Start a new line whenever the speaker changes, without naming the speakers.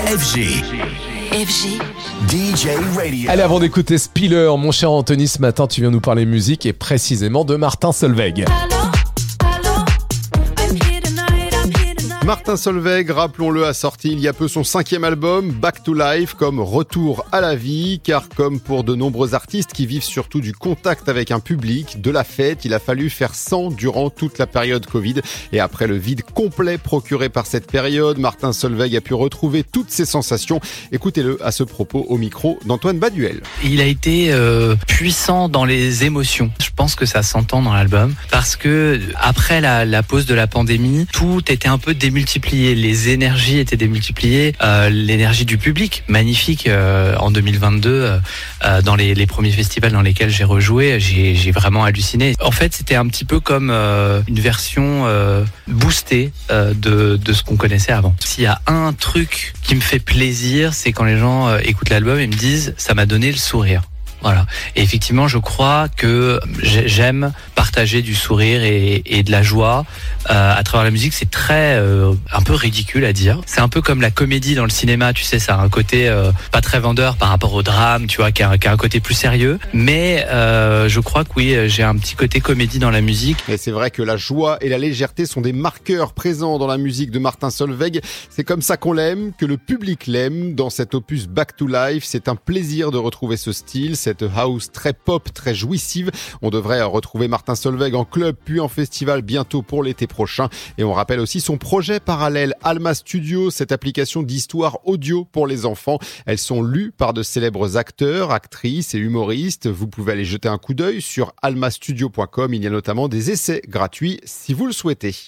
FG.
FG.
DJ Radio.
Allez, avant d'écouter Spiller, mon cher Anthony, ce matin, tu viens nous parler musique et précisément de Martin Solveig.
Martin Solveig, rappelons-le, a sorti il y a peu son 5e album, Back to Life, comme retour à la vie, car comme pour de nombreux artistes qui vivent surtout du contact avec un public, de la fête, il a fallu faire sans durant toute la période Covid. Et après le vide complet procuré par cette période, Martin Solveig a pu retrouver toutes ses sensations. Écoutez-le à ce propos au micro d'Antoine Baduel.
Il a été puissant dans les émotions. Je pense que ça s'entend dans l'album, parce que après la pause de la pandémie, tout était un peu démultiplié, les énergies étaient démultipliées, l'énergie du public, magnifique en 2022, dans les premiers festivals dans lesquels j'ai rejoué, j'ai vraiment halluciné. En fait, c'était un petit peu comme une version boostée de ce qu'on connaissait avant. S'il y a un truc qui me fait plaisir, c'est quand les gens écoutent l'album et me disent « ça m'a donné le sourire ». Voilà. Et effectivement, je crois que j'aime partager du sourire et de la joie à travers la musique. C'est très un peu ridicule à dire. C'est un peu comme la comédie dans le cinéma, tu sais, ça a un côté pas très vendeur par rapport au drame, tu vois, qui a un côté plus sérieux. Mais je crois que oui, j'ai un petit côté comédie dans la musique.
Et c'est vrai que la joie et la légèreté sont des marqueurs présents dans la musique de Martin Solveig. C'est comme ça qu'on l'aime, que le public l'aime. Dans cet opus Back to Life, c'est un plaisir de retrouver ce style, cette house très pop, très jouissive. On devrait retrouver Martin Solveig en club puis en festival bientôt pour l'été prochain. Et on rappelle aussi son projet parallèle Alma Studio, cette application d'histoire audio pour les enfants. Elles sont lues par de célèbres acteurs, actrices et humoristes. Vous pouvez aller jeter un coup d'œil sur almastudio.com. Il y a notamment des essais gratuits si vous le souhaitez.